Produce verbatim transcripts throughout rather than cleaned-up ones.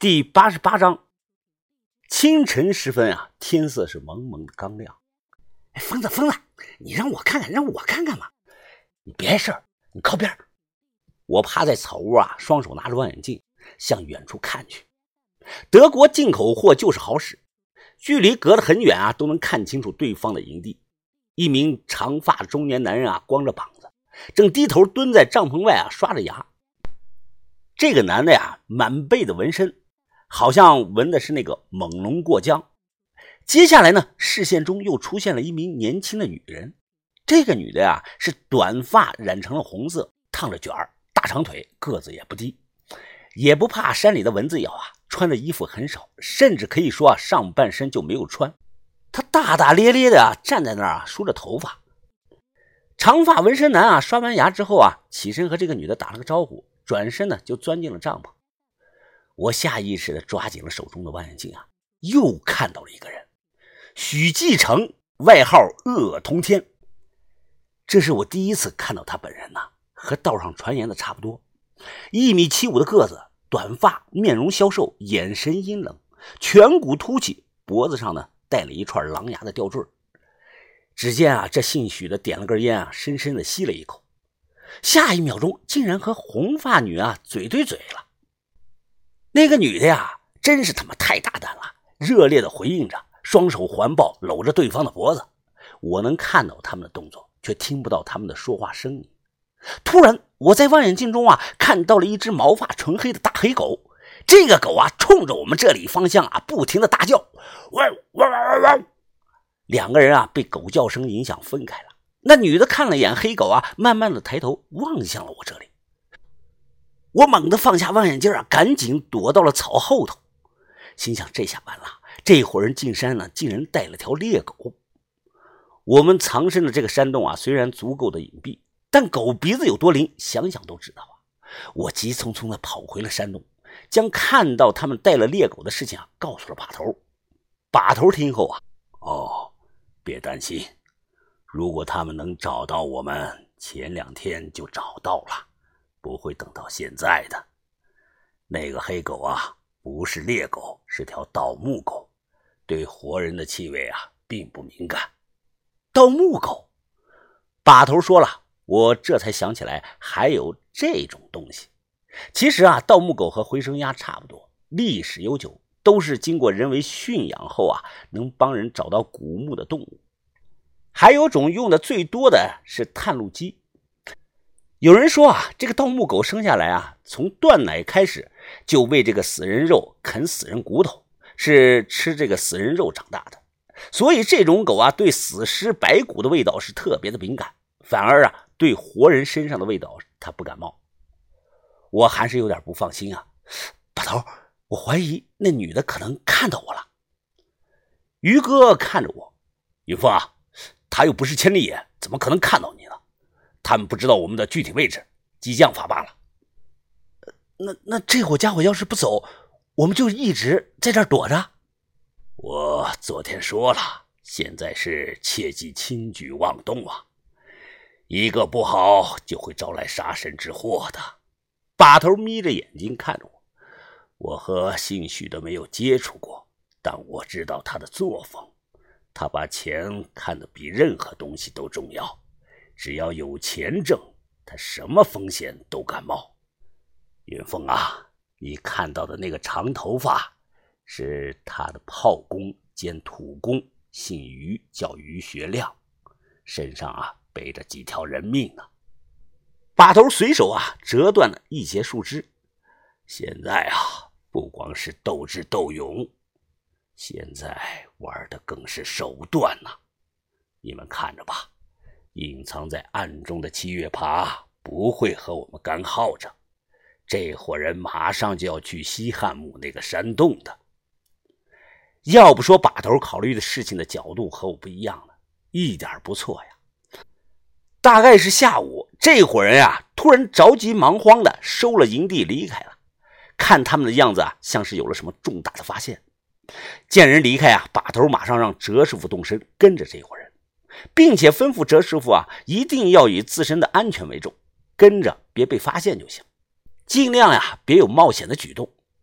第八十八章。清晨时分啊，天色是蒙蒙的刚亮。 哎，疯子疯子，你让我看看让我看看嘛，你别碍事儿，你靠边。 我趴在草屋啊，双手拿着望远镜向远处看去。德国进口货就是好使，距离隔得很远啊，都能看清楚对方的营地。一名长发中年男人啊，光着膀子，正低头蹲在帐篷外啊，刷着牙。这个男的呀，满背的纹身，好像纹的是那个猛龙过江。接下来呢，视线中又出现了一名年轻的女人。这个女的呀，是短发染成了红色，烫着卷儿，大长腿，个子也不低，也不怕山里的蚊子咬啊，穿的衣服很少，甚至可以说啊，上半身就没有穿。她大大咧咧的啊，站在那儿啊，梳着头发。长发纹身男啊，刷完牙之后啊，起身和这个女的打了个招呼，转身呢就钻进了帐篷。我下意识的抓紧了手中的望远镜啊，又看到了一个人，许继成，外号恶通天。这是我第一次看到他本人呐、啊，和道上传言的差不多，一米七五的个子，短发，面容消瘦，眼神阴冷，颧骨凸起，脖子上呢戴了一串狼牙的吊坠。只见啊，这姓许的点了根烟啊，深深的吸了一口，下一秒钟竟然和红发女啊嘴对嘴了。那个女的呀，真是他妈太大胆了，热烈的回应着，双手环抱搂着对方的脖子。我能看到他们的动作，却听不到他们的说话声音。突然我在望远镜中啊，看到了一只毛发纯黑的大黑狗。这个狗啊，冲着我们这里方向啊，不停的大叫，汪汪汪汪。两个人啊，被狗叫声影响分开了。那女的看了眼黑狗啊，慢慢的抬头望向了我这里。我猛地放下望远镜啊，赶紧躲到了草后头，心想这下完了，这伙人进山呢，竟然带了条猎狗。我们藏身的这个山洞啊，虽然足够的隐蔽，但狗鼻子有多灵，想想都知道啊。我急匆匆的跑回了山洞，将看到他们带了猎狗的事情啊，告诉了把头。把头听后啊，哦，别担心，如果他们能找到我们，前两天就找到了，不会等到现在的。那个黑狗啊，不是猎狗，是条盗墓狗，对活人的气味啊，并不敏感。盗墓狗？把头说了，我这才想起来还有这种东西。其实啊，盗墓狗和回声鸭差不多，历史悠久，都是经过人为驯养后啊，能帮人找到古墓的动物。还有种用的最多的是探路机。有人说啊，这个盗墓狗生下来啊，从断奶开始就喂这个死人肉，啃死人骨头，是吃这个死人肉长大的。所以这种狗啊，对死尸白骨的味道是特别的敏感，反而啊，对活人身上的味道它不感冒。我还是有点不放心啊，把头，我怀疑那女的可能看到我了。于哥看着我，云峰啊，他又不是千里眼，怎么可能看到你呢？他们不知道我们的具体位置，激将法罢了。那那这伙家伙要是不走，我们就一直在这儿躲着。我昨天说了，现在是切忌轻举妄动啊，一个不好就会招来杀身之祸的。把头眯着眼睛看着我，我和姓许的没有接触过，但我知道他的作风，他把钱看得比任何东西都重要，只要有钱挣，他什么风险都敢冒。云峰啊，你看到的那个长头发是他的炮工兼土工，姓于，叫于学亮，身上啊背着几条人命呢。把头随手啊折断了一截树枝。现在啊，不光是斗智斗勇，现在玩的更是手段呐、啊。你们看着吧，隐藏在暗中的七月爬不会和我们干耗着，这伙人马上就要去西汉墓那个山洞的。要不说把头考虑的事情的角度和我不一样呢，一点不错呀。大概是下午，这伙人啊突然着急忙慌的收了营地离开了。看他们的样子啊，像是有了什么重大的发现。见人离开啊，把头马上让哲师傅动身跟着这伙人，并且吩咐哲师傅啊，一定要以自身的安全为重，跟着别被发现就行，尽量呀别有冒险的举动。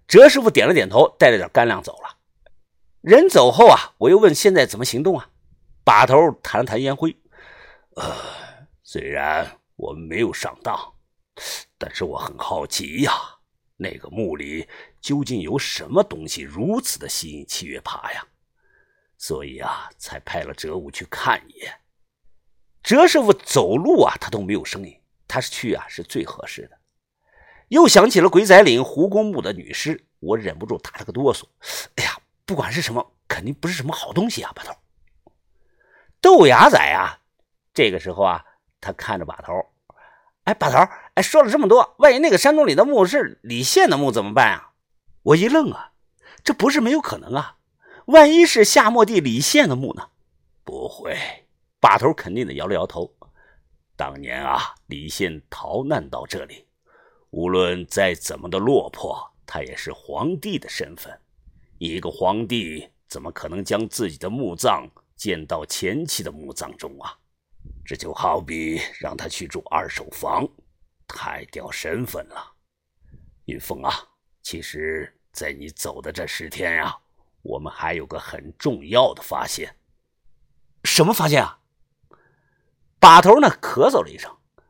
哲师傅点了点头，带着点干粮走了。人走后啊，我又问现在怎么行动啊？把头弹了弹烟灰，呃，虽然我们没有上当，但是我很好奇呀，那个墓里究竟有什么东西如此的吸引七月爬呀？所以啊，才派了哲武去看一眼。哲师傅走路啊，他都没有声音，他是去啊是最合适的。又想起了鬼仔岭胡公墓的女尸，我忍不住打了个哆嗦。哎呀，不管是什么，肯定不是什么好东西啊！把头，豆芽仔啊，这个时候啊，他看着把头，哎，把头，哎，说了这么多，万一那个山洞里的墓是李现的墓怎么办啊？我一愣啊，这不是没有可能啊，万一是夏末帝李现的墓呢？不会，把头肯定的摇了摇头。当年啊，李现逃难到这里，无论再怎么的落魄，他也是皇帝的身份。一个皇帝怎么可能将自己的墓葬建到前妻的墓葬中啊？这就好比让他去住二手房，太掉身份了。云凤啊，其实在你走的这十天啊，我们还有个很重要的发现。什么发现啊？把头呢咳嗽了一声。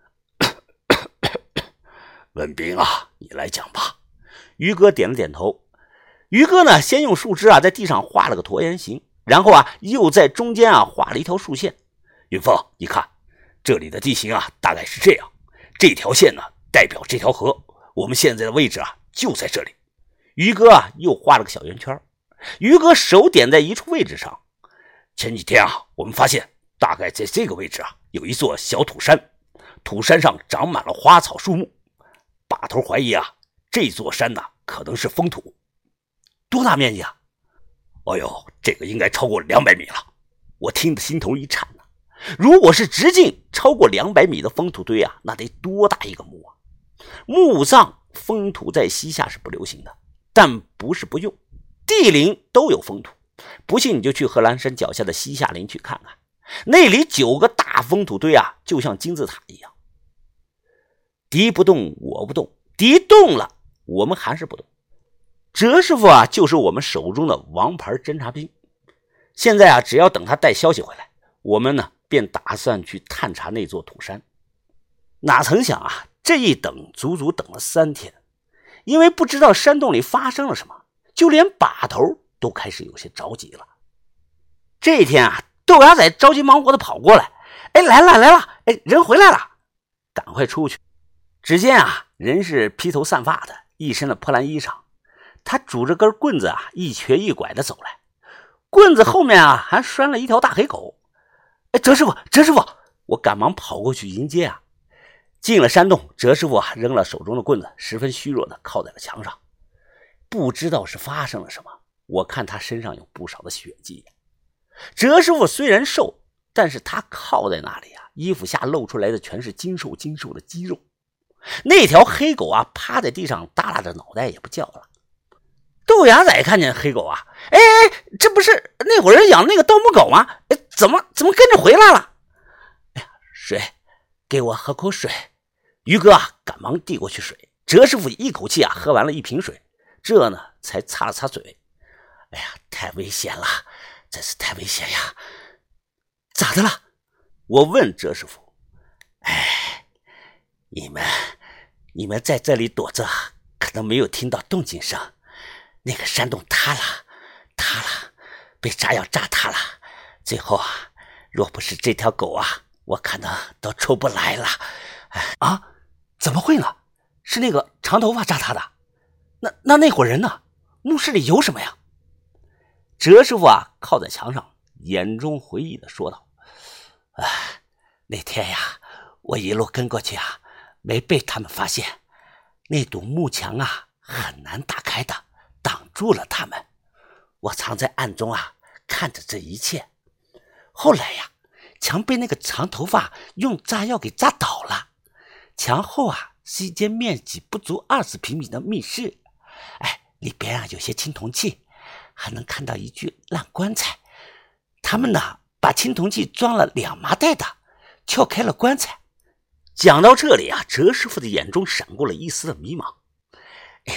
文斌啊，你来讲吧。于哥点了点头。于哥呢，先用树枝啊在地上画了个椭圆形，然后啊又在中间啊画了一条竖线。云凤，你看这里的地形啊，大概是这样。这条线呢代表这条河，我们现在的位置啊就在这里。于哥啊又画了个小圆圈。于哥手点在一处位置上。前几天啊，我们发现大概在这个位置啊有一座小土山，土山上长满了花草树木。把头怀疑啊，这座山呢可能是封土。多大面积啊？哎呦，这个应该超过两百米了。我听得心头一颤啊。如果是直径超过两百米的封土堆啊，那得多大一个墓啊？墓葬封土在西夏是不流行的，但不是不用，地陵都有封土。不信你就去贺兰山脚下的西夏陵去看看，那里九个大封土堆啊，就像金字塔一样。敌不动我不动，敌动了我们还是不动。哲师傅啊就是我们手中的王牌侦察兵，现在啊只要等他带消息回来，我们呢便打算去探查那座土山。哪曾想啊，这一等足足等了三天，因为不知道山洞里发生了什么，就连把头都开始有些着急了。这一天啊，豆芽仔着急忙活的跑过来，哎，来了来了，哎，人回来了，赶快出去。只见啊，人是披头散发的，一身的破烂衣裳，他拄着根棍子啊，一瘸一拐的走来，棍子后面啊还拴了一条大黑狗。哎，哲师傅，哲师傅，我赶忙跑过去迎接啊。进了山洞，哲师傅啊扔了手中的棍子，十分虚弱的靠在了墙上。不知道是发生了什么，我看他身上有不少的血迹。哲师傅虽然瘦，但是他靠在那里啊，衣服下露出来的全是精瘦精瘦的肌肉。那条黑狗啊趴在地上耷拉着脑袋也不叫了。豆芽仔看见黑狗啊，哎哎，这不是那会儿人养那个盗墓狗吗？哎，怎么怎么跟着回来了？哎呀，水，给我喝口水。于哥啊赶忙递过去水，哲师傅一口气啊喝完了一瓶水，这呢才擦了擦嘴。哎呀，太危险了，真是太危险呀！咋的了？我问哲师傅。哎，你们你们在这里躲着，可能没有听到动静声。那个山洞塌了，塌了，被炸药炸塌了。最后啊，若不是这条狗啊，我可能都出不来了。哎啊，怎么会呢？是那个长头发炸塌的。那那那伙人呢？墓室里有什么呀？哲师傅啊，靠在墙上，眼中回忆的说道：“哎，那天呀，我一路跟过去啊，没被他们发现。那堵木墙啊，很难打开的。”挡住了他们，我藏在暗中啊，看着这一切。后来呀，墙被那个长头发用炸药给炸倒了。墙后啊是一间面积不足二十平米的密室，哎，里边啊有些青铜器，还能看到一具烂棺材。他们呢把青铜器装了两麻袋的，撬开了棺材。讲到这里啊，哲师傅的眼中闪过了一丝的迷茫。哎呀，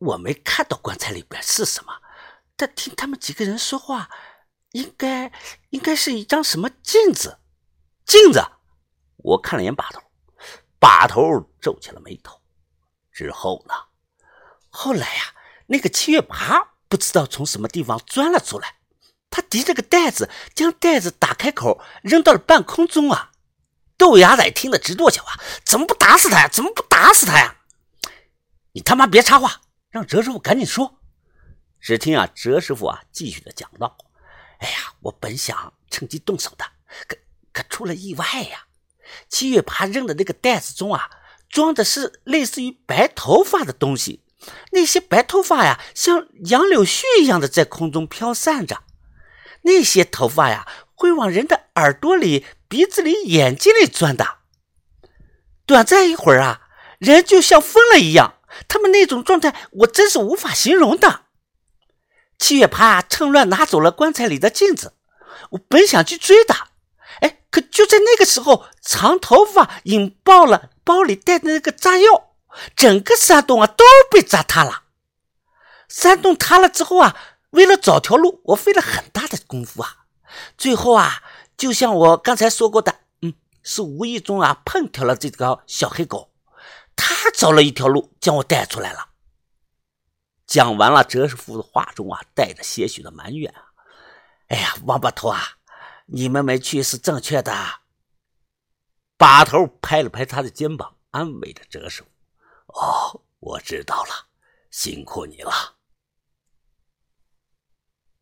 我没看到棺材里边是什么，但听他们几个人说话，应该应该是一张什么镜子。 镜子？我看了眼把头，把头皱起了眉头。之后呢？ 后来呀、啊，那个七月爬不知道从什么地方钻了出来，他提着个袋子，将袋子打开口扔到了半空中啊！ 豆芽仔听得直跺脚啊！怎么不打死他呀？怎么不打死他呀？ 你他妈别插话，让哲师傅赶紧说。 只听啊，哲师傅啊继续的讲道：“ 哎呀，我本想趁机动手的，可可出了意外呀！七月爬扔的那个袋子中啊，装的是类似于白头发的东西。那些白头发呀，像杨柳絮一样的在空中飘散着。那些头发呀，会往人的耳朵里、鼻子里、眼睛里钻的。短暂一会儿啊，人就像疯了一样。他们那种状态，我真是无法形容的。七月爬趁乱拿走了棺材里的镜子，我本想去追他，哎，可就在那个时候，长头发引爆了包里带的那个炸药，整个山洞啊都被炸塌了。山洞塌了之后啊，为了找条路，我费了很大的功夫啊。最后啊，就像我刚才说过的，嗯，是无意中啊碰跳了这条小黑狗。他找了一条路将我带出来了。 讲完了，哲师傅的话中啊带着些许的埋怨啊。 哎呀，王八头啊，你们没去是正确的。 把头拍了拍他的肩膀，安慰着哲师傅。哦，我知道了，辛苦你了。